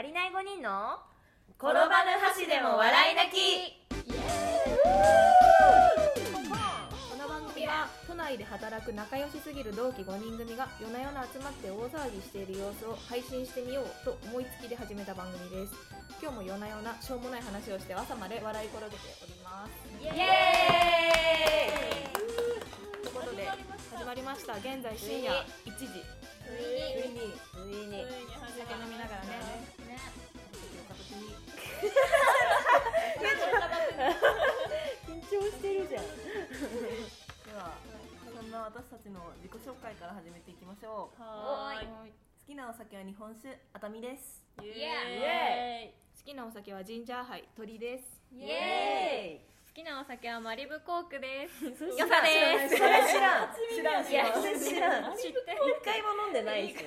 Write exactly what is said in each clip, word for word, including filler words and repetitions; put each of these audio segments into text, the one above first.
りないごにんの転ばぬ箸でも笑い泣き。 この番組は都内で働く仲良しすぎる同期ごにん組が夜な夜な集まって大騒ぎしている様子を配信してみようと思いつきで始めた番組です。今日も夜な夜なしょうもない話をして朝まで笑い転げております。 イエーイということで始まりました。現在深夜いちじ、 ついについに酒飲みながらねね緊張してるじゃん。 ではそんな私たちの自己紹介から始めていきましょう。 はーい好きなお酒は日本酒、熱海です。 イエエ好きなお酒はジンジャーハイ鳥です。 ーイイエーイ好きなお酒はマリブコークです。 ーイ。 よさです。 それ知らん知らんいやそれ知らん。 知ってる。 一回も飲んでないし。 好き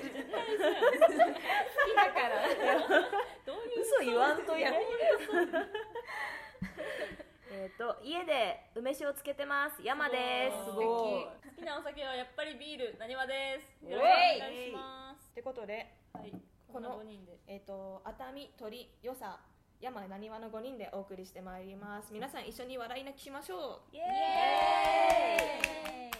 だから嘘言わんとや。 えっと家で梅酒をつけてます山です。 すごい。 好きなお酒はやっぱりビール、なにわです。 イエーイよろしくお願いします。 ってことではい、 このこのごにんで。 えっ、と熱海鳥よさ山なにわのごにんでお送りしてまいります。皆さん一緒に笑い泣きしましょう。 イエーイ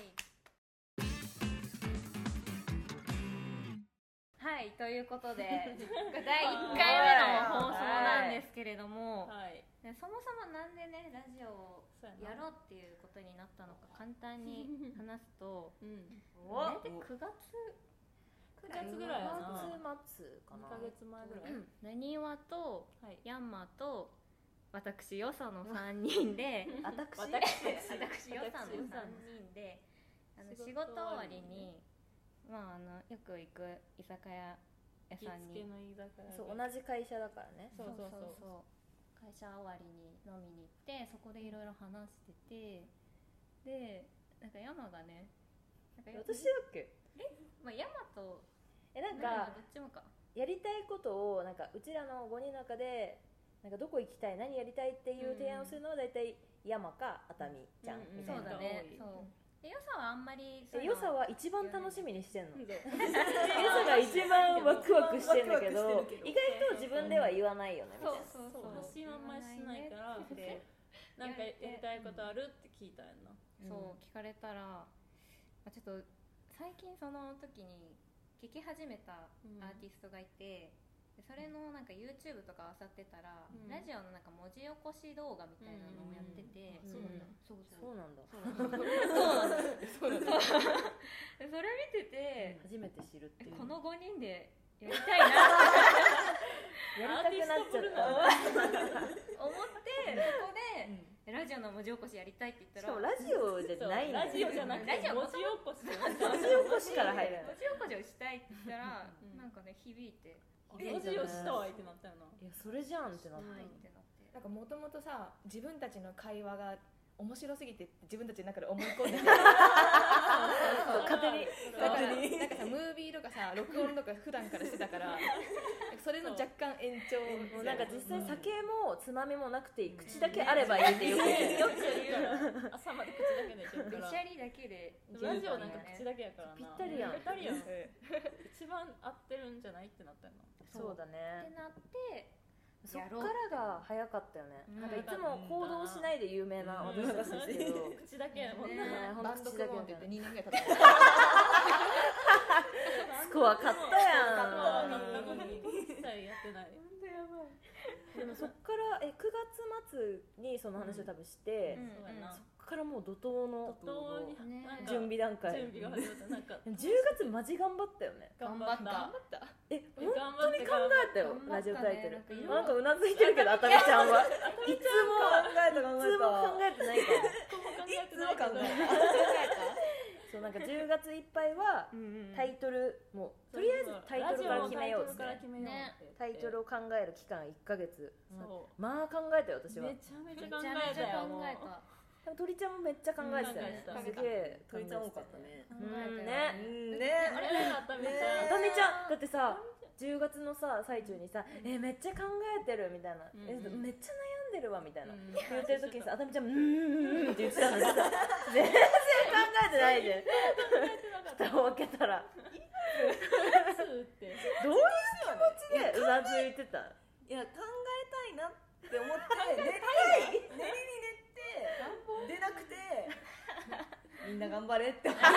はい、ということでだいいっかいめの放送なんですけれども、 はい。 ねそもそもなんでねラジオをそうやなやろうっていうことになったのか簡単に話すとうん。 お大体くがつくがつぐらいやな。 くがつ末か二な。 ヶ月前ぐらい。 なにわとはい。 ヤンマと私よさのさんにんで私私よさの私さんにんであの仕仕事終わ事終わりりにまああのよく行く居酒屋屋行きさんにつけの居酒屋で。 そう同じ会社だからね。 そうそうそうそう会社終わりに飲みに行ってそこでいろいろ話しててでなんか山がねなんかよ私だっけ？ まあ山とえなん山はかどっちもかやりたいことをなんかうちらのごにんの中でなんかどこ行きたい何やりたいっていう提案をするのはだいたい山か熱海ちゃんみたいな。 そうだね多いそうで良さはあんまりで良さは一番楽しみにしてんの。 そう良さが一番ワクワクしてんだけどワクワクしてるけど意外と自分では言わないよねみたいな。 そうそうそう、発信はあんまりしないから、 でなんかやりたいことあるって聞いたやんな。 そう聞かれたら、まあ、ちょっと最近その時に聴き始めたアーティストがいて、でそれのなんか YouTube とか漁ってたら、 うんラジオのなんか文字起こし動画みたいなのをやってて、 うんそううんそうそうなんだ。 そうなんだでそれ見てて、 初めて知るっていう。 このごにんでやりたいなやりたくなっちゃった。 思ってそこで、ラジオの文字起こしやりたいって言ったしからもラジオじゃそうないんだよラジオじゃなくてラジオ文字起こし。 文字起こしから入るの。 文字起こしをしたいって言ったら、 うんなんかね響いて文字をしたわいってなったよな。 いやそれじゃんってなっはいた。 ってなってなんかもともとさ自分たちの会話が面白すぎて自分たちの中で思い込んでて勝手にだからなんかさムービーとかさ録音とか普段からしてたからそれの若干延長もうなんか実際酒もつまみもなくていい口だけあればいいってよく言ってる。 よく言うから朝まで口だけでいけるから。 べしゃりだけでラジオなんか口だけやからな。 ぴったりやんぴったりやん。一番合ってるんじゃないってなったよな。 そうだってね。 なってそっからが早かったよね。 うんなんかいつも行動しないで有名な私たちですけど。 口だけやもんねな。 ねほんとバンド組もうって言ってにねんぐらい経ったスコア買ったやん。 一切やってない。 でもそっからえくがつ末にその話を多分して、 うんそうやな。 そっからもう怒涛の怒涛にねなんか準備段階。 準備が始まった。なんかじゅうがつマジ頑張ったよね。 頑張った頑張ったえ本頑当に考えたよ頑張ったねラジオタイトル。 なんか色なんかうなずいてるけどあたみちゃんはいつも考えた考いつも考えてないから。 考えてないけど。 そうなんかじゅうがついっぱいはタイトルもうとりあえずタイトルから決めようっつってラジオのタイトルから決めようって言ってタイトルを考える期間いっかげつ。 そまあ考えたよ私う。 は。 めちゃめちめちゃ考ゃめちゃえたよ。もう考えたでも鳥ちゃんもめっちゃ考えてたよね。 うんすげえ考えてたよ鳥ちゃん多かったね。 考うんえたよね。 うんね。 あれだっためっちゃ。 あたみちゃんだってさじゅうがつのさ最中にさ「えめっちゃ考えてる」みたいな「えうんめっちゃ悩んでるわ」みたいなうん言ってる時にさあたみちゃん「うんうんうん」って言ってたのにさ全然考えてないで蓋を開けたらスーってどういう気持ちでうなずいてた？ いや考えたいなって思って練り練りに練って出なくてみんな頑張れって思って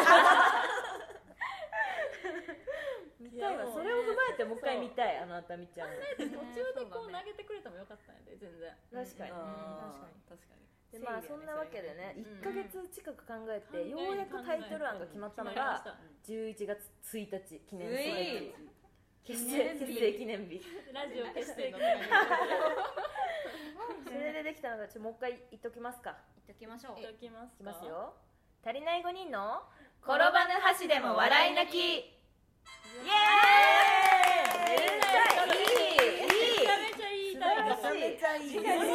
見たいわ。それを踏まえてもう一回見たい、あのあたみちゃん。 途中でこう投げてくれてもよかったんやで全然。 確かに。 あー確かにでまあそんなわけでね、いっかげつ近く考えて、 うんようやくタイトル案が決まったのがじゅういちがつついたち、記念すべき結成結成記念日。 ラジオ結成のそれでできたのがちょもう一回言っときますか。 言っときましょう。 いただきますか。 いきますよ。足りないごにんの転ばぬ箸でも笑い泣き。イエーイ。めっちゃいいいい。 めちゃめちゃいいタイトル。 素晴らしい。 めちゃいい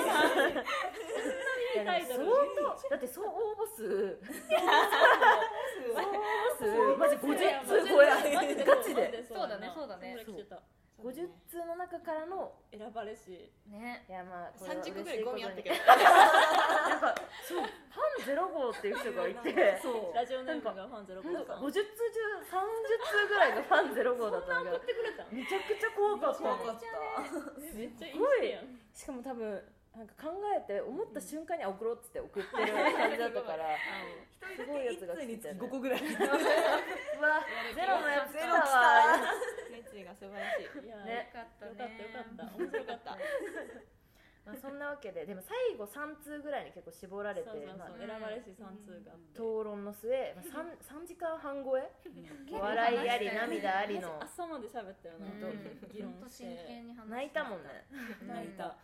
いやでも相当だって総応募数総応募数マジごじゅっつう超えガチでそうだねそうだね。 ごじゅっつうの中からの選ばれし。 ね。 いやまあこれさんじゅっこぐらいゴミあったけどなんかそうファンゼロ号っていう人がいてそうラジオネームがファンゼロ号さん。 ごじゅっつ中さんじゅっつぐらいがファンゼロ号だったんだけど送ってくれたん。 めちゃくちゃ怖かった怖かっためっちゃいいすごい人やん。 しかも多分なんか考えて思った瞬間に送ろうっつって送ってる感じだったから一人だけ一通につきごこぐらいうわゼロのやつ来たゼロ来わ熱意が素晴らしい。 いやねよかったよね。 かったよかった面白かった。 まあそんなわけででも最後さん通ぐらいに結構絞られてそうそうまあそう選ばれし三通があって。 討論の末、まあ、3, 3時間半超え笑いあり涙ありの朝まで喋ったよな。 うん議論本当真して。 剣に話して泣いたもんね泣いた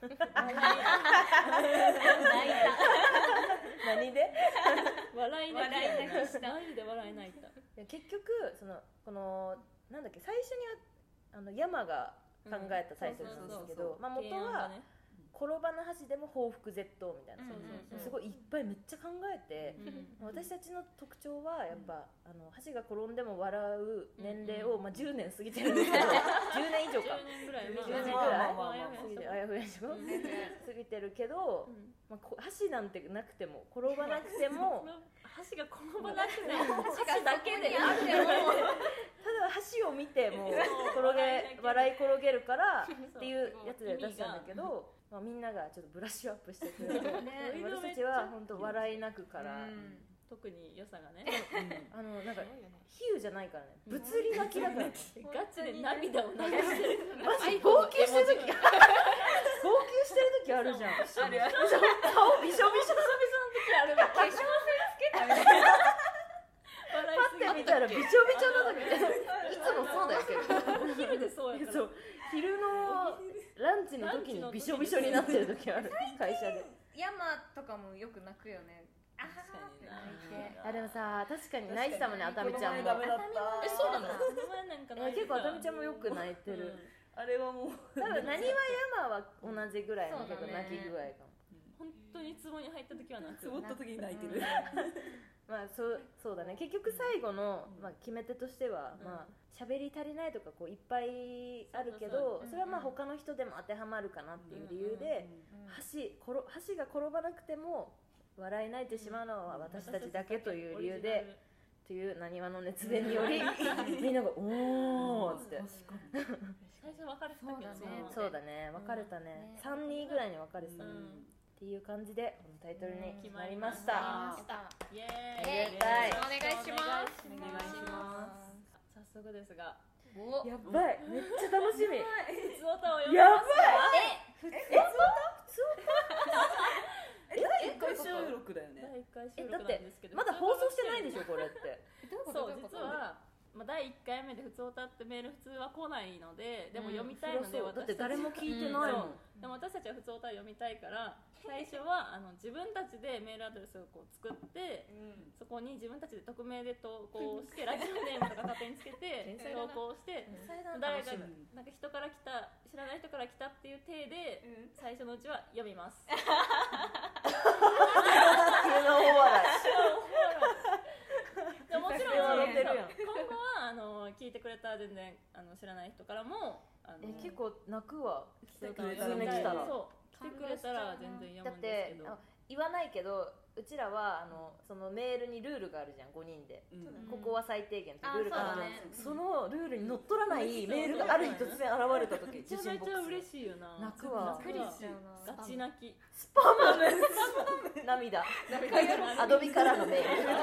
何で笑い泣き。 笑い泣きしたマジで笑い泣いた。 で結局そのこのなんだっけ最初にはあの山が考えたタイトルなんですけど、まあ元は転ばぬ箸でも報復絶倒みたいな、 うんうんうんすごいいっぱいめっちゃ考えて、 うん私たちの特徴はやっぱ、あの箸が転んでも笑う年齢を、まあ、じゅうねん過ぎてるんですけどじゅうねん以上かじゅうねんぐらい。 じゅうねんぐらいまあまあまあ過ぎてあやふやでしょ過ぎてるけど、まあ、こ箸なんてなくても転ばなくても箸が転ばなくて箸だけであってもただ箸を見てもう転げ笑い転げるからっていうやつで出したんだけど、まあ、みんながちょっとブラッシュアップしてくれて、 ね私たちは本当笑い泣くから、 特に良さがねあのなんか比喩じゃないからね物理泣きだからねガチで涙を流してるマジ号泣してる時号泣してる時あるじゃんあるある顔びしょびしょあるわ化粧水つけたみたいな。 笑いすぎパッて見たらびしょびしょな時いつもそうだよ結構お昼でそうやからそう昼のランチの時にびしょびしょになってる時ある会社で山とかもよく泣くよね。あ確かにな泣いて。 あでもさ確かに泣いてたもんねあたみちゃんもダメだったえそうなのえ結構あたみちゃんもよく泣いてる、 あれはもう多分何は山は同じぐらいの結構泣き具合かも、 本当に壺に入った時は泣くつぼった時に泣いてるまあそうそうだね結局最後の、まあ、決め手としては、 うんまあ喋り足りないとかこういっぱいあるけどそうそうそうそれはまあ他の人でも当てはまるかなっていう理由で、箸ころ箸が転ばなくても笑い泣いてしまうのは私たちだけという理由で、というなにわの熱弁によりみんなが「おー」っつって最初別れてたけどねそうだね分かれたね、さんにんぐらいに分かれてた、っていう感じでこのタイトルに決まりました、 イエあーイりがたいお願いします。 お願いします早速ですがおやばいめっちゃ楽しみ普通歌を読みやばいますええ第一回収録だよね第一回収録なんえだってですけどまだ放送してないでしょこれってそう実はまあ、だいいっかいめで普通歌ってメール普通は来ないのででも読みたいので、 うんそりゃそうだって私たち誰も聞いてないもん、 でも私たちは普通歌読みたいから最初はあの自分たちでメールアドレスをこう作ってそこに自分たちで匿名で投稿してラジオネームとか勝手につけて投稿して誰がなんか人から来た知らない人から来たっていう体で最初のうちは読みます急な大笑でももちろん笑ってるやん今後はあの聞いてくれた全然あの知らない人からもあのいえ結構泣くわ来て普通に来たらそう来てくれたら全然読むんだっですけどてあ言わないけどうちらはあのそのメールにルールがあるじゃんごにんで、 うんここは最低限ってルールがあるじゃん、 あそのルールにのっとらないメールがある日突然現れた時めちゃめちゃ嬉しいよな。 泣くわ泣くわびっくりしちゃうなガチ泣き。 スパム涙アドビからのメールグーグル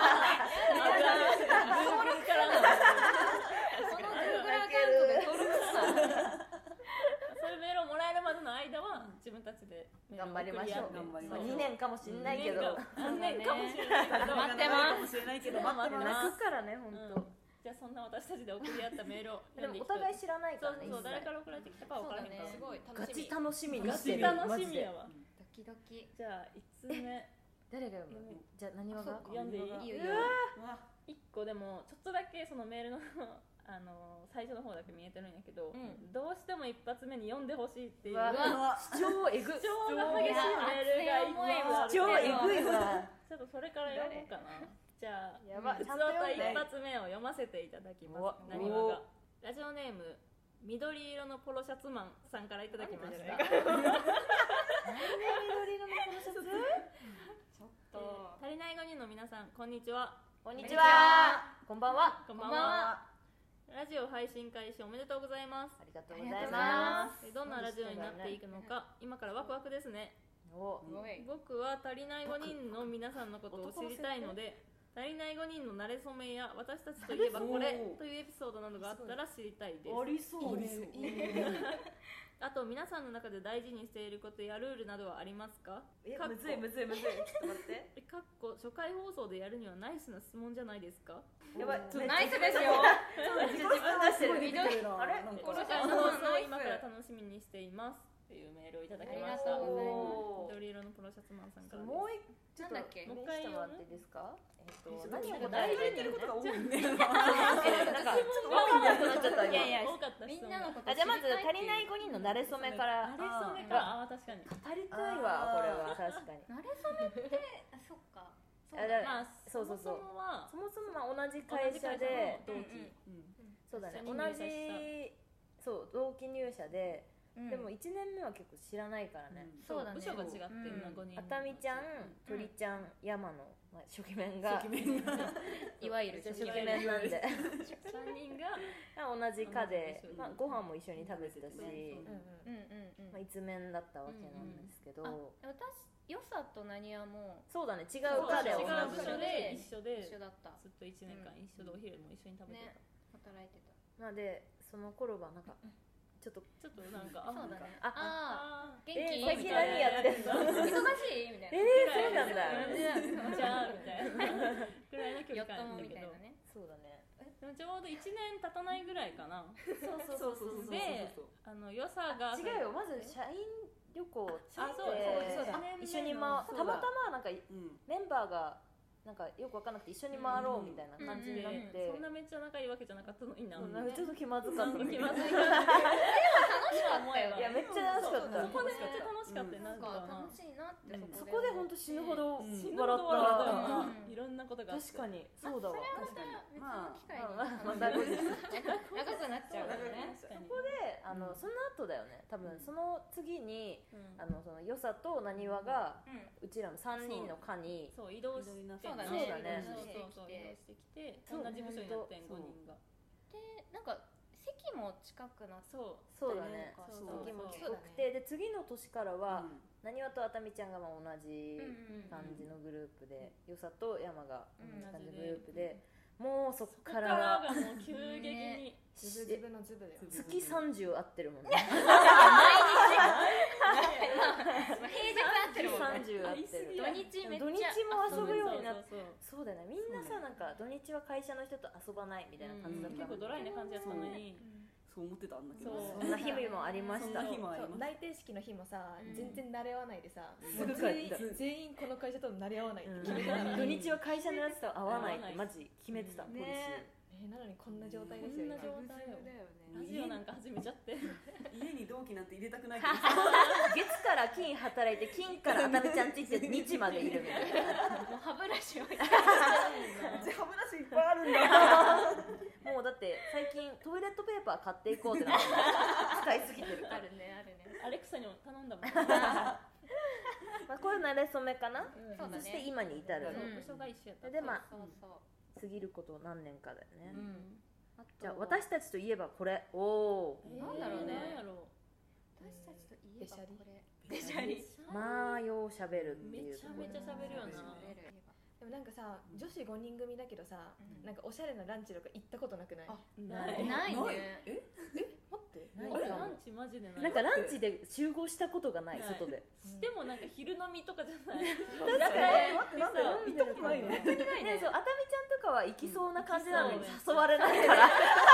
からのその Google アカウントで登録したそういうメールをもらえるまでの間は自分たちでメール頑張りましょう、 頑張りましょうまあ、にねんかもしんないけど、 何年かもしれないけど待ってかもしれないけど待ってます泣くからね本当、 うんじゃあそんな私たちで送り合ったメールをでもお互い知らないそうからねそう誰から送られてきたか分からへんからそうだねすごいガ楽しみチ楽しみにガしてるチ楽マジでしみやわ。 ドキドキじゃあいつつ目誰が読むじゃあ何話が読んでいい？ いいよいいようわいっこでもちょっとだけそのメールのあの最初の方だけ見えてるんやけど、 うんどうしても一発目に読んでほしいっていううわうわ主張えぐ主張が激しいメールがいっぱいある主張えぐいわちょっとそれから読もうかな。じゃあやばうつおちゃんと読んでた一発目を読ませていただきうわます。何話がラジオネーム緑色のポロシャツマンさんからいただきました。 緑色のこのシャツちょっと足りないごにんの皆さんこんにちは。 こんにちはこんばんはこんばんこんばんは。ラジオ配信開始おめでとうございます。 ありがとうございますえどんなラジオになっていくのか今からワクワクですね。 おすごい僕は足りないごにんの皆さんのことを知りたいので足りないごにんの馴れ初めや私たちといえばこれというエピソードなどがあったら知りたいです。 ありそういいねいいねあと皆さんの中で大事にしていることやルールなどはありますか？かっこえむずいむずいむずいちょっと待ってえかっこ初回放送でやるにはナイスな質問じゃないですか？ やばいナイスですよ自分出してる緑あれなんかこれ初回の放送を今から楽しみにしていますっていうメールをいただきました。 ありがとうございますおー緑色のプロシャツマンさんからです。 もう一ちょっとなんだっけもう一回してもらっていいですかえっと何を何を答えて答えてることが多いねなんか分かんなくなっちゃった今いやいや多かった質問みんなのことあじゃあまず知りた足りないごにんの馴れ初めからあれそれかあ確かに語りたいわこれは確かに慣れ初めってあそっかそうあだだまあそうそうそうももはそもそもまあ同じ会社で同じ会社の同期そうだね一緒同に入社したじそう同期入社でうんでもいちねんめは結構知らないからねそうだね部署が違ってるなうんごにんあたみちゃん鳥ちゃん山野まあ初期面が初期面がいわゆる初期面なんでさんにんが同じ課でうんまあご飯も一緒に食べてたしうんうんうんまあ一面だったわけなんですけどあ私よさとなにわもそうだね違う課で違う同じ部署で一緒で一緒だったずっといちねんかん一緒でお昼も一緒に食べてねた。 働いてたまあでその頃はなんかちょっとちょっとなんかそうだねああああ元気えー最近みたいな何やってんの忙しいみたいなえーそうなんだーじゃあみたいなぐらいの距離よっとも感だけどみたいなねそうだねでもちょうどいちねん経たないぐらいかな。 そうそうそうそうであの良さが違うよまず社員旅行あそうそうでそうだ一緒にまそうだたまたまなんかうんメンバーがなんかよく分かんなくて一緒に回ろうみたいな感じになってそんなめっちゃ仲いいわけじゃなかったのにな。 そうなんかちょっと気まずかったの気まずいい感じ。 楽しかったよやめっちゃ楽しかったそこでめっちゃ楽しかったよななんんかか楽しいなってうんそこで本当死ぬほどうん笑っ死ぬほど笑ったよたうんいろんなことがあって確かにそうだわ確かに別の機会にまあまた後日長くなっちゃうからね確かに。 であのその後だよね多分その次にうんあのその良さとなにわがうんうちらのさんにんの課にそう移動して移動になってそうだねそうだねそうそうそう移動してきてそう同じ部署になってんそうごにんが。 でなんか席も近くなってそうそうだねそうそう次もそうだね多くてで次の年からはうんなにわとあたみちゃんがまあ同じうんうん感じのグループでよさと山が同じ感じのグループうんでもうそっそこかかららはがもう急激にズブズブのズブだよ月さんじゅう合ってるもんねまあ平日会ってるもんねさんじゅう合ってる土日めっちゃ土日も遊ぶようになってそうそうそうだよねみんなさなんか土日は会社の人と遊ばないみたいな感じだった結構ドライな感じやったのにそう思ってたんだけどそうそんな日々もありましたそんな日もありそうます内定式の日もさ、 うん全然慣れ合わないでさ、 んもう全員全員この会社と慣れ合わないって決めてたの土に、 日は会社のやつと会わないってマジ決めてたポリシねえーなのにこんな状態ですよ今こんな状態よだよラジオなんか始めちゃって家に同期なんて入れたくないけどー月から金働いて金からあたみちゃんちって日までいるみたいなもう歯ブラシをじゃあ歯ブラシいっぱいあるんだもうだって最近トイレットペーパー買っていこうってなって使いすぎてるからあるねあるねアレクサにも頼んだもんまあ、こういう慣れ初初めかな、 うんそうだねそして今に至るそうの、 部署が一緒やったでまあそうそう過ぎること何年かだよね、 うんあとじゃあ私たちといえばこれ、おお、 えーなんだろうねなんやろ私たちといえばこれべしゃりまあようしゃべるっていうめちゃめちゃ喋るよな喋るでもなんかさ女子ごにん組だけどさ、 うんなんかおしゃれなランチとか行ったことなくない？ あないないないねえ待ってないあれかもランチマジでないなんかランチで集合したことがない、 ない外ででもなんか昼飲みとかじゃない確かえ待ってなんでなんで行ったことないの？ ね、そう、あたみちゃんとかは行きそうな感じなのに行きそう誘われないから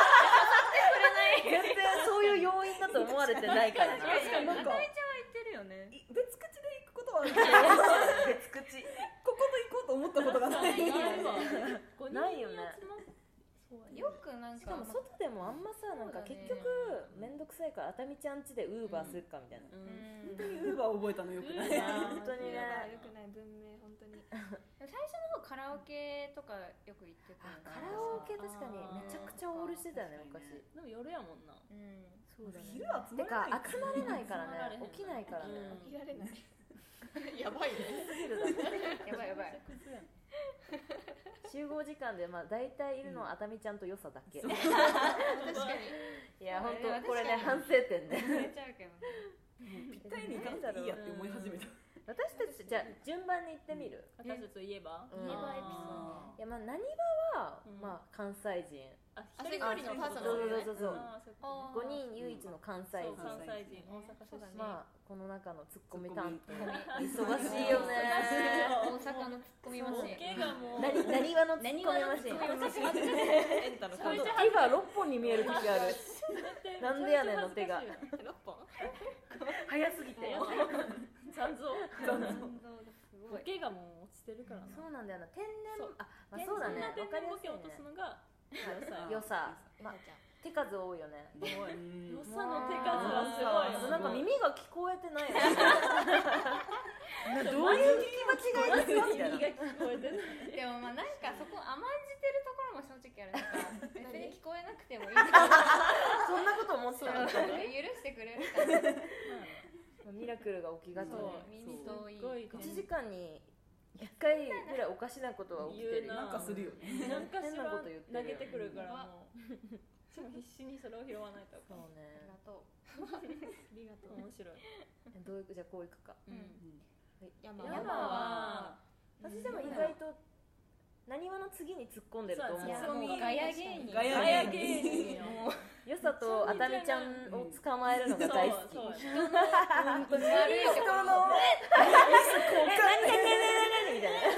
全然そういう要因だと思われてないからな確かになんかあたみちゃんは言ってるよねい別口で行くことはあるけど別口ここと行こうと思ったことがないないわないよねそうやねよくなんかしかも外でもあんまさ、なんか結局めんどくさいからあたみちゃん家でウーバーするかみたいな、 うんうん本当にウーバー覚えたのよくない？ 本当にねよくない文明本当に最初の方カラオケとかよく行ってたよねカラオケ確かにめちゃくちゃオールしてたよね昔。 でも夜やもんなうんそうだね昼集てまれないか集まれないから集まれへんね、起きないからね、 うん起きられないやばいねやばいやばいめちゃくちゃやん集合時間でまあ大体いるのはあたみちゃんとよさだけ、 確かいや本いや当これね確かに反省点ねに忘れちゃうけどぴったりに行かなくていいやって思い始めた。 私たちじゃあ順番に行ってみる、 私たちといえばうん言えばエピあいやまあなにわは、 うんまあ関西人、 ああ一人よりのそうそうそうそうそうあーそっかあーごにん唯一の関西人、 そう関西人大阪そうだねまあこの中のツッコミ担当ツッコ忙しいよね大阪のツッコミマシンボケがもうなになにわのツッコミマシンエンタのちゃんと手がろっぽんに見える時あるなんでやねんの手がろっぽん早すぎて残像残像がすごいボケがもう落ちてるからなそうなんだよな、天然そうあ、まあ、そうだね、 天わかりやすい然ボケ落とすねのが良さ良さ、まあ、手数多いよねすごいうん良さの手数はすごいあなんか耳が聞こえてないよねどういう聞き間違いですかみたいな耳が聞こえてるでもまあなんかそこ甘んじてるところも正直あるなんか別に聞こえなくてもいいからそんなこと思ってた許してくれるからミラクルが起きがちそうね耳遠いすごいいちじかんにいっかいぐらいおかしなことは起きてるよ言うななんかするよね。 なんかしら変なこと言ってるよ投げてくるからもうでも必死にそれを拾わないとあかんそうねありがとありがとう面白いどういうじゃあこういくかう、うん、 山山は私でも意外となにわの次に突っ込んでると思ういやそうもうガヤ芸人ガヤガヤ芸人よもうよさとあたみちゃんを捕まえるのが大好きそうそう本当に悪い人人のえ、何何何何みたいな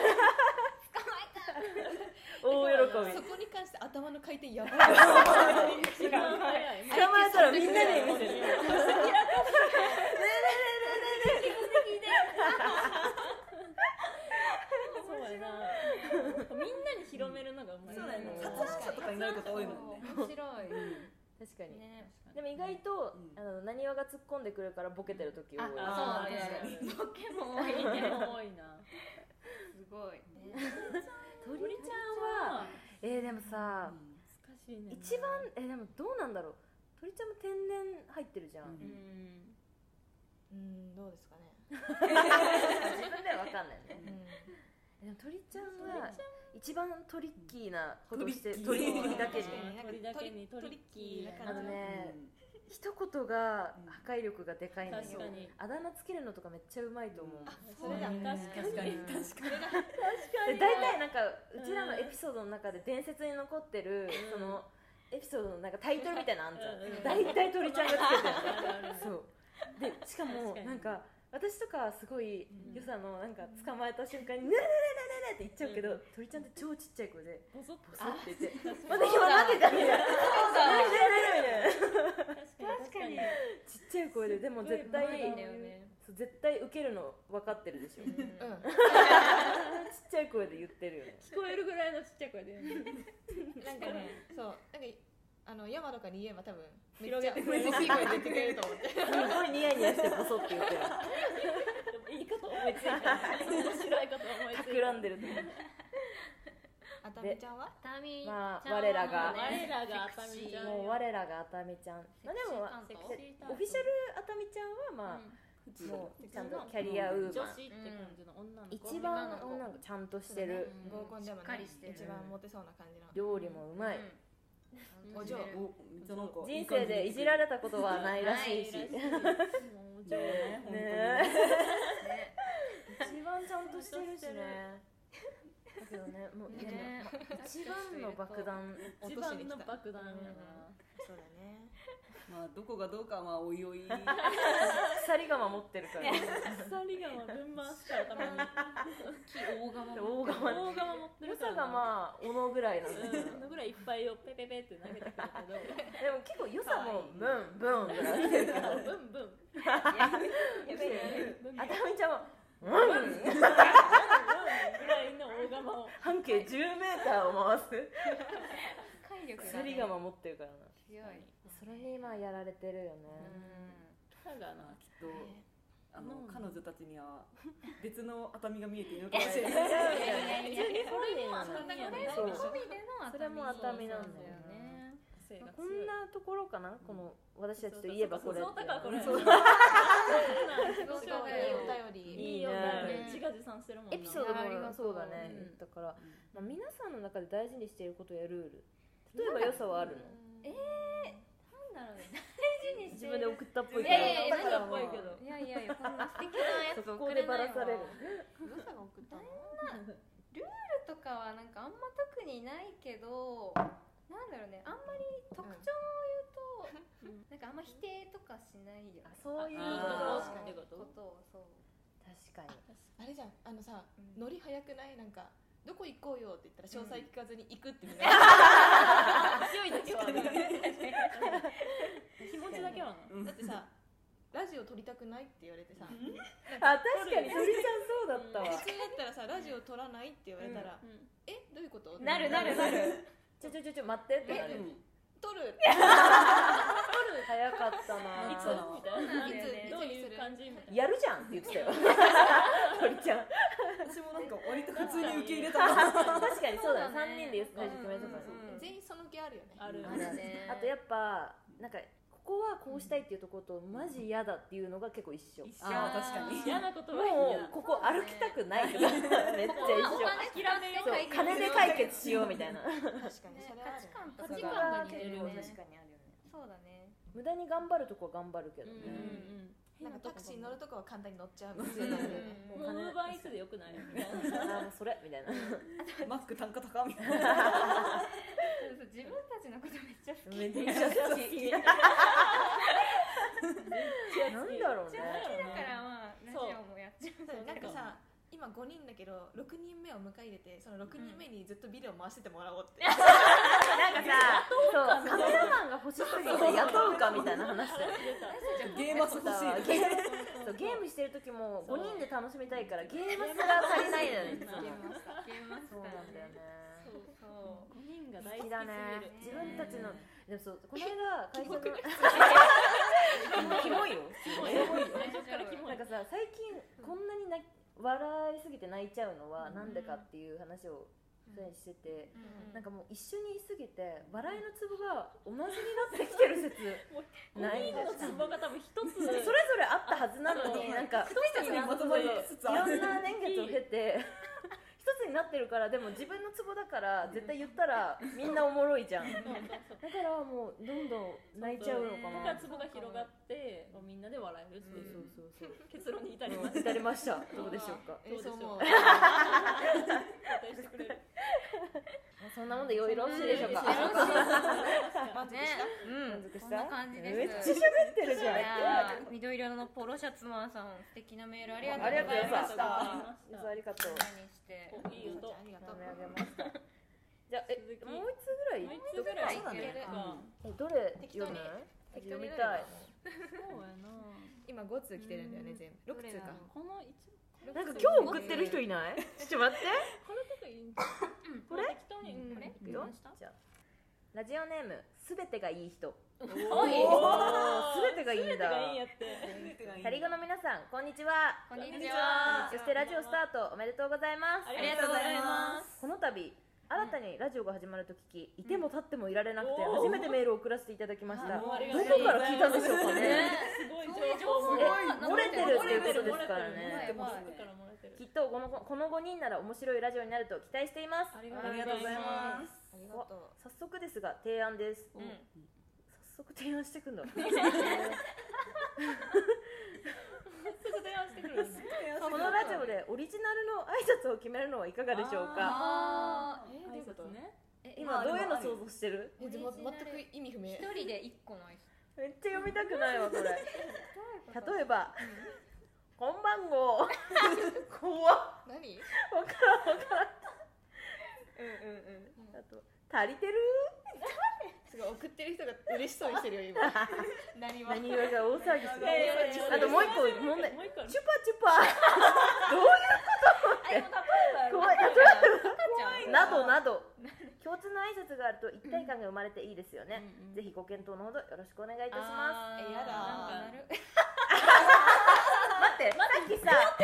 大喜びそこに関して頭の回転やばい一番早い捕まえたらみんなに見せるそうやなみんなに広めるのがうまいそうだよねうん発案者とかになること多いもんね。 面白い確かにねでも意外とうんあのなにわが突っ込んでくるからボケてる時多いああーそうね確かにボケも多いボケねも多いなすごいね鳥ちゃんはえー、でもさ難しいね一番えでもどうなんだろう鳥ちゃんも天然入ってるじゃん、 うんうんうんどうですかね自分では分かんないねうんでも鳥ちゃんは一番トリッキーなことしてトリッキー鳥だけに鳥だけにトリッキーあのねうん一言が破壊力がでかいのよ確かにあだ名つけるのとかめっちゃうまいと思う、 それだ確か確かにに確かに。 で大体なんかうちらのエピソードの中で伝説に残ってる、そのエピソードのなんかタイトルみたいなのあんじゃうんうんん大体鳥ちゃんがつけてるあるあるそうでしかも確かになんか私とかすごいうんよさのなんか捕まえた瞬間に「ねねねねね」って言っちゃうけど、 うん鳥ちゃんって超ちっちゃい声でボソッボソって言って「 確まだ今なってた」みたいな「 そうだねねねね」みたいな確かにちっちゃい声ででも絶対うまいんだよねそう絶対受けるの分かってるでしょ、ちっうんちゃい声で言ってるよね聞こえるぐらいのちっちゃい声で言うなんかねそうなんかあの山とかに言えば多分めっ広げてちゃめっちゃいい声で言ってくれると思ってすごいニヤニヤしてボソって言ってるでもいいこと思いついた面白いこと思いついた企んでると思うあたみちゃんはタミまあちゃんは我らが我らがあたみちゃんもう我らがあたみちゃん、まあ、でもセクシー担当オフィシャルあたみちゃんはまあ、 もうちゃんとキャリアウーマン、 女子って感じの女の子、 一番女の子ちゃんとしてる、 うん合コンでもしっかねりしてる一番モテそうな感じの料理もうまい、 お嬢おめっちゃなんか人生でいじられたことはないらしいし、 ないらしいもう上ね本当にね一番ちゃんとしてるしね。だけどね、もう、 ね一番の爆弾、 一番の爆弾やな、 そうだねまあどこがどうかはまあおいおい鎖が守ってるから、ね、 鎖がもう分回しちゃうために大釜大釜大釜持って良るからさがまあ斧ぐらいなんだけど、 うんのぐらいいっぱいをペペペって投げてくるけどでも結構良さもブンブンぐらいしてるけど、 ブンブンあたみちゃんはうんぐらいの大釜を半径じゅうメーターを回す体力がね鎖が守ってるからな。 強いそれに今やられてるよね。 だがなきっとあのうん彼女たちには別の熱海が見えているのかもしれないいやいやいや普通に本人はそんなこ何やねんそうれ込みでのそれも熱海なんだよね性がこんなところかな、この私たちといえばこれってそうだからこれそうそうそうそういいお便りいいよね自画自賛してるもんなエピソードもいやありがとうそうだね、 うんだから、まあ、皆さんの中で大事にしていることやルール、例えば良さはあるの？ えー、なんだろうね大事にして自分で送ったっぽいいやいやいやだからっぽいけどいやいやいやこんな素敵なやつそこで送れないわバラされる。 良さが送ったのルールとかはなんかあんま特にないけどなんだろうねあんまり特徴を言うと、なんかあんま否定とかしないよねあ、そういうこあとーってことことをそう確かに。 あれじゃんあのさうんノリ早くないなんかどこ行こうよって言ったら詳細聞かずに行くってみんな勢いだけはある気持ちだけはなうんだってさラジオ撮りたくないって言われてさあ、確かに鳥ちゃんそうだったわ。 普通だったらさラジオ撮らないって言われたら、 うんえどういうことなるなるなるちょちょちょちょ待ってってなる。 撮る早かったな。 いつみたいないつどういう感じみたいなやるじゃんって言ってたよ。鳥ちゃん。 私もなんか割と普通に受け入れたな確かにそうだね。 そうだね三人で最初決めたから。 うん全員その気あるよねあるあるねあとやっぱなんかここはこうしたいっていうところとマジ嫌だっていうのが結構一緒。 一緒あー確かに嫌なことはも嫌うここ歩きたくないとかめっちゃ一緒。 諦めよそう解決金で解決しようみたいな。 確かにねそれはある価値観とそこ価値観が結が似てるよね構確かにあるよね。 そうだね無駄に頑張るとこは頑張るけどね。 うんなんかタクシー乗るとこは簡単に乗っちゃうみそうたいなだねもうウーバーイーツでよくないみたいなあーもうそれみたいな。 マック単価高みたいなそうそう自分たちのことめっちゃ好きめっちゃ好き。なんだろうね。 だからまあラジオもやっちゃうそうなんかさ今ごにんだけどろくにんめを迎え入れてそのろくにんめにずっとビデオ回しててもらおうって、 なんかさ、そうカメラマンが欲しすぎて雇うかみたいな話だよ。 ゲーマス欲しいゲームそうゲームしてる時もごにんで楽しみたいからゲームすら足りないのよね。 ゲームマスターゲームマスターそうなんだよね。 そうそうごにんが大好き好きだねすぎる。 自分たちのでもそうこの間会社のキモいよ。 キモいよ最初からキモないんかさ最近こんなに泣き笑いすぎて泣いちゃうのはなんでかっていう話をしてて、なんかもう一緒にいすぎて笑いのツボが同じになってきてる説ないごにんのツボが多分一つそれぞれあったはずなのになんか一つにまとまりつついろんな年月を経て一つになってるからでも自分のツボだから絶対言ったらみんなおもろいじゃんだそうそうそうからもうどんどん泣いちゃうのかなだからツボが広がってもうみんなで笑えるっていうそうそうそう結論に至りまうんす至りましたどうでしょうかえそう思う肯定してくれるそんなもんでよろしいでしょうかよろしい満足した、 満足したこんな感じですめっちゃ喋ってるじゃんいやー緑色のポロシャツマンさん素敵なメールありがとうございましたありがとうございましたあありがとう何しておいい音ありがとう読み上げましたじゃあえ続きもう一つぐらいもう一つぐらいそうだねいけるかえどれ適当に読む適当に読みたいそうやな今ご通来てるんだよね全部ろく通かこの一なんか今日送ってる人いないちょっと待ってこれとかいいんじゃんこれ適当にうんこれいくよじゃあラジオネームすべてがいい人おいおーすべてがいいんだ全てがいいんやってキャリゴの皆さんこんにちはこんにちはそしてラジオスタートおめでとうございますありがとうございますこの度新たにラジオが始まると聞きいても立ってもいられなくてうん初めてメールを送らせていただきましたおーどこから聞いたんでしょうかねすごい情報もえ漏れてるっていうことですから漏れねてる漏れてるから漏れてるきっとこのこのごにんなら面白いラジオになると期待しています。 ありありがとうございますありがと早速ですが提案です。 う、うん、 早速提案してくんだ。 すぐ電話してくるんだこのラジオでオリジナルの挨拶を決めるのはいかがでしょうか。 あーえー、どうい挨うこと拶ねえ今どういうの想像してる？ え、でも全く意味不明。 一人で一個の挨拶めっちゃ読みたくないわこれ。例えばこんばんご怖っ何？ わからんわからん。 うんうんうん。 あと足りてる？ すごい送ってる人が嬉しそうにしてるよ今。何は？ 何よりが大騒ぎする。 いやいやいやあともう一個問題。 もう一個あるチュパチュパ。どういうこと？怖い。例えばなどなど共通の挨拶があると一体感が生まれていいですよね。 うんうんぜひご検討のほどよろしくお願いいたしまえやだなんかなるす。待って、さっきさ肯定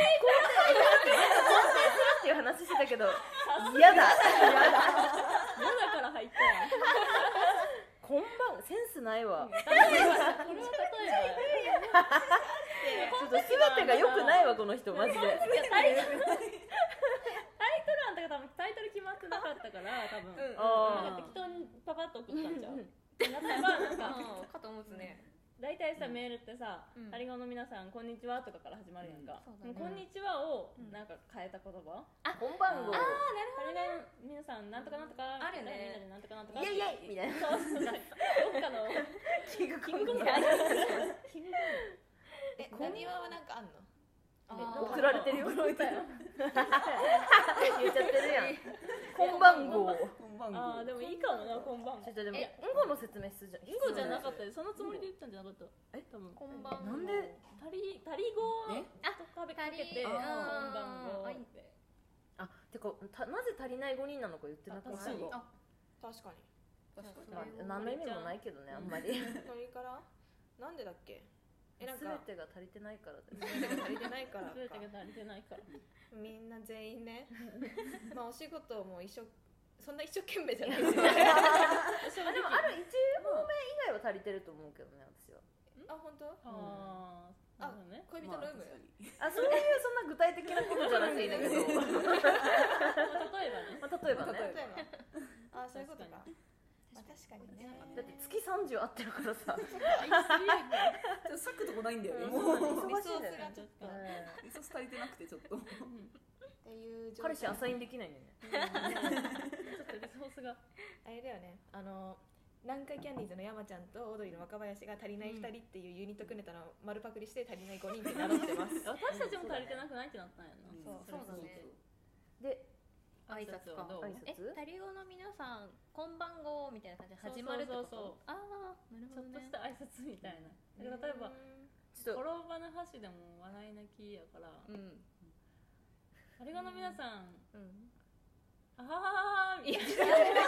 するっていう話してたけど嫌だ。嫌だ。 嫌だから入ったやんこんばんセンスないわ。 これは例えちょっと全てが良くないわこの人マジで。 ばいやタイトルタイトルなんだけど多分タイトル決まってなかったから多分うんあなんか適当にパパッと送ったんちゃうだからなんかうん肩持つね大体さメールってさうん 「タリゴの皆さんこんにちは」とかから始まるやんかうんそうだねこんにちはをなんか変えた言葉こんばんご。 タリゴの皆さんなんとかなんとかあるよねみんなでなんとかなんとかイエイイエイみたいな。 そうそうそうどっかのキングコングキングコングキングコングえ、何話はなんかあんの？ あ送られてるよ。 送ったよ言っちゃってるやん。こんばんご。 こんばんああでもいいかもなこんばんちょっとでも、うんこの説明するじゃん。 インゴじゃなかったよそのつもりで言ったんじゃなかったえ多分こんばんなんでタリタリ語えとかけてこんあばんごあってあ、てかたなぜ足りないごにんなのか言ってなかった。 あ確かにあ確かに。 確かにまあ、何の意味もないけどね、あんまり。 何から？なんでだっけ？え、なん全かてが足りてないからです。 足りてないからか。 全てが足りてないからみんな全員ね。まあお仕事も一生そんな一生懸命じゃないですよ。 あ、でもある一方面以外は足りてると思うけどね、私は。 あ、本当？ ああなるほどね恋人の有無？ あ、そういうそんな具体的なことじゃなくていいんだけど。 例えばねまあ、例えばね。 例えば。あ、そういうことか。まあ確かにね。 だって月三十あってるからさ。 ちょっと割くとこないんだよねもう忙しいんだよね。 ちょっとリソース足りてなくてちょっとっていう状彼氏アサインできないんだよね。 ちょっとリソースがあれだよね。あの南海キャンディーズの山ちゃんとオードリーの若林が足りないふたりっていうユニット組んでたのを丸パクリして足りないごにんって名乗ってます。 私たちも足りてなくないってなったんやなそうそうだねで、 挨拶はどう挨拶えタリゴの皆さんこんばんごみたいな感じで始まるってことそうそうそうああなるちょっとほどねした挨拶みたいなだから例えばちょっと転ばぬ箸でも笑い泣きやからうんタリゴの皆さんうん。 あはははみたいな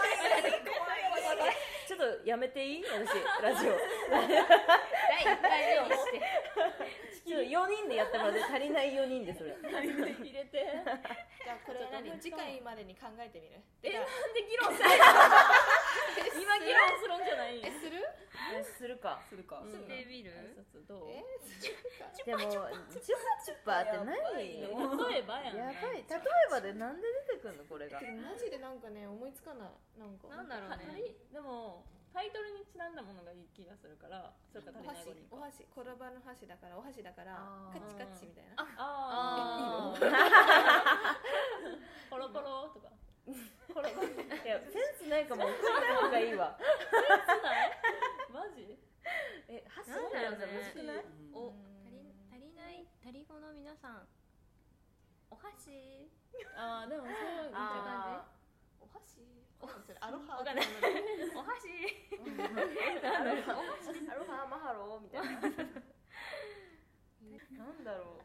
ちょっとやめていい？私ラジオ。 だいいっかい目にしてちょっとよにんでやってもらって足りないよにんでそれ。 入れてじゃあこれ何？次回までに考えてみる。 え、 てかなんで議論する今議論するんじゃないえする？ するか。 するかうんしてみる挨拶どうえでもチュパチュパって何？ やばい例えばやんやばい。例えばでなんで出てくんのこれが。 てかマジでなんかね思いつかないなんか。 なんだろうタねリでもタイトルにちなんだものがいい気がするからそれか足りないごにんお箸お箸転ばぬ箸だからお箸だからあーカチカチみたいな。 あああコロコロとかコロコロいやセンスないかも。送った方がいいわ。 マジえ、箸なんだろうね難しくない？ お足り足りない足りごの皆さんお箸ああでもそういう感あお箸？おそれアロハわかんないお箸アロハマハロみたいな。なんだろう。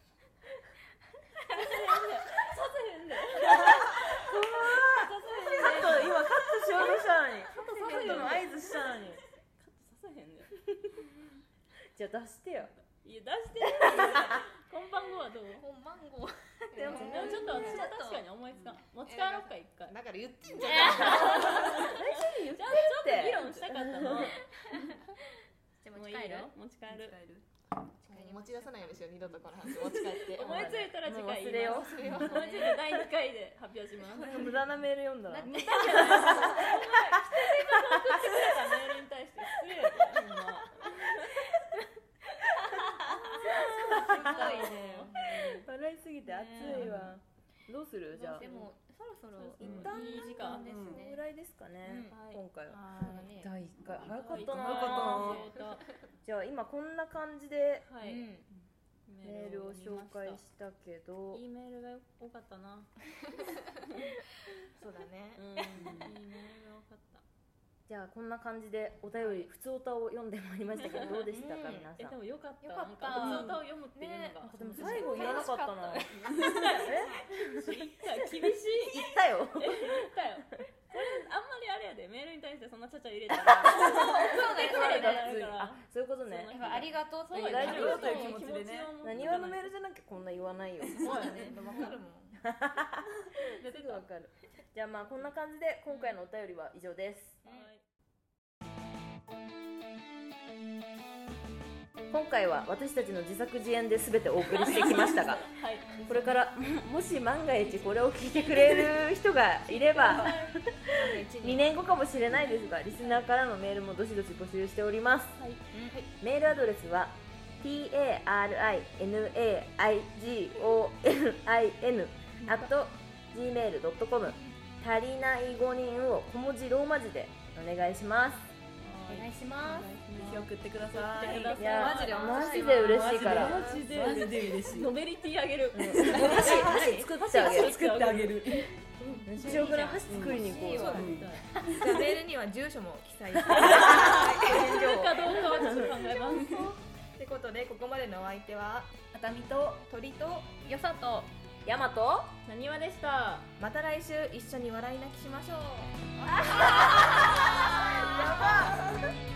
カット今カットしようとしたのに。カットの合図したのに。 じさせへんねじゃあ出してよ。 いや出してねこんばんごはどうこんばんごでもでもちょっと私は確かに思いつかん持ち帰ろうか一回だから言ってんじゃん。 言ってじゃあちょっと議論したかったのじゃあもういい持ち帰るよ持ち帰る使える。 持ち帰り持ち出さないようにしよう。二度とこの話持ち帰って思いついたら次回忘れよう。 思いついたらだいにかいで発表します。 無駄なメール読んだな。 無駄じゃない。そんな人生活送ってくれたメールに対して失礼だよ。ほんま。 すごいね。 笑いすぎて熱いわ。どうするじゃあ。 でもそろそろ一旦いい時間ですこのねぐ。らいですかね。 はい今回は。 そうだね。 だいいっかい早かった早な。 かったじゃあ今こんな感じではい。 メールを紹介したけど、 いいメールが多かったな。 そうだね。 うん。いいメールが多かった。 じゃあこんな感じでお便り普通歌を読んでまいりましたけどどうでしたか皆えさん。 でもよかった。 よかったなんか普通歌を読むっていうのが。 でも最後言わなかったな。え？ 厳しい。 言ったよ。 え言ったよ。これあんまりあれやでメールに対してそんなちゃちゃ入れたら。そうだよそうだ普通によ。 あ、そういうことね。 やっぱありがとうってそういう大丈夫ありがとういう気持ちでね。 何話のメールじゃなきゃこんな言わないよ。 そうやね。 わかるもん。 すぐわかる。じゃあまあこんな感じで今回のお便りは以上です。 はい今回は私たちの自作自演で全てお送りしてきましたが、 はい。 これからももし万が一これを聞いてくれる人がいればにねんごかもしれないですがリスナーからのメールもどしどし募集しております。 はい。 メールアドレスは タリナイゴニン アット ジーメール ドットコム 足りないごにんを小文字ローマ字でお願いします。 お願いします。 ぜひ送ってください。 送ってくださいやマジでおマ願いしますジで嬉しいからマジでマジで嬉しい。 ノベリティあげる。 箸箸作ってあげる。 作ってあげる。 めっちゃよくない？箸作りに行こう。 そうだねじゃあメールには住所も記載してかどうかはちょっと考えます。 ってことでここまでのお相手は熱海と鳥とよさとヤマトなにわでした。 また来週一緒に笑い泣きしましょう。 やば